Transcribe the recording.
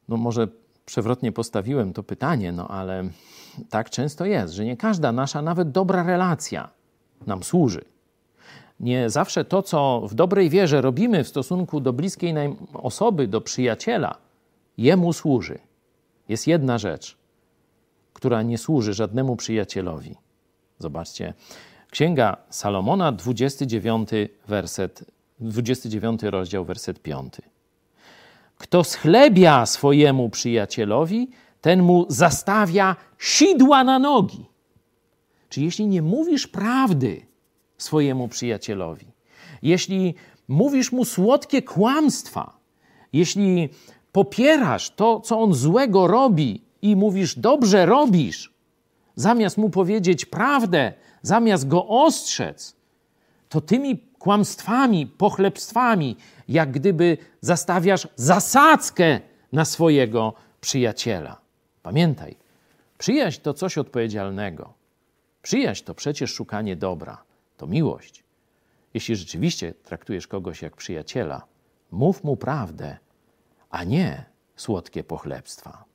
No może przewrotnie postawiłem to pytanie, no ale tak często jest, że nie każda nasza nawet dobra relacja nam służy. Nie zawsze to, co w dobrej wierze robimy w stosunku do bliskiej nam osoby, do przyjaciela, jemu służy. Jest jedna rzecz, która nie służy żadnemu przyjacielowi. Zobaczcie, Księga Salomona, 29 rozdział, werset 5. Kto schlebia swojemu przyjacielowi, ten mu zastawia sidła na nogi. Czyli jeśli nie mówisz prawdy swojemu przyjacielowi, jeśli mówisz mu słodkie kłamstwa, jeśli popierasz to, co on złego robi i mówisz, dobrze robisz, zamiast mu powiedzieć prawdę, zamiast go ostrzec, to tymi kłamstwami, pochlebstwami, jak gdyby zastawiasz zasadzkę na swojego przyjaciela. Pamiętaj, przyjaźń to coś odpowiedzialnego. Przyjaźń to przecież szukanie dobra, to miłość. Jeśli rzeczywiście traktujesz kogoś jak przyjaciela, mów mu prawdę, a nie słodkie pochlebstwa.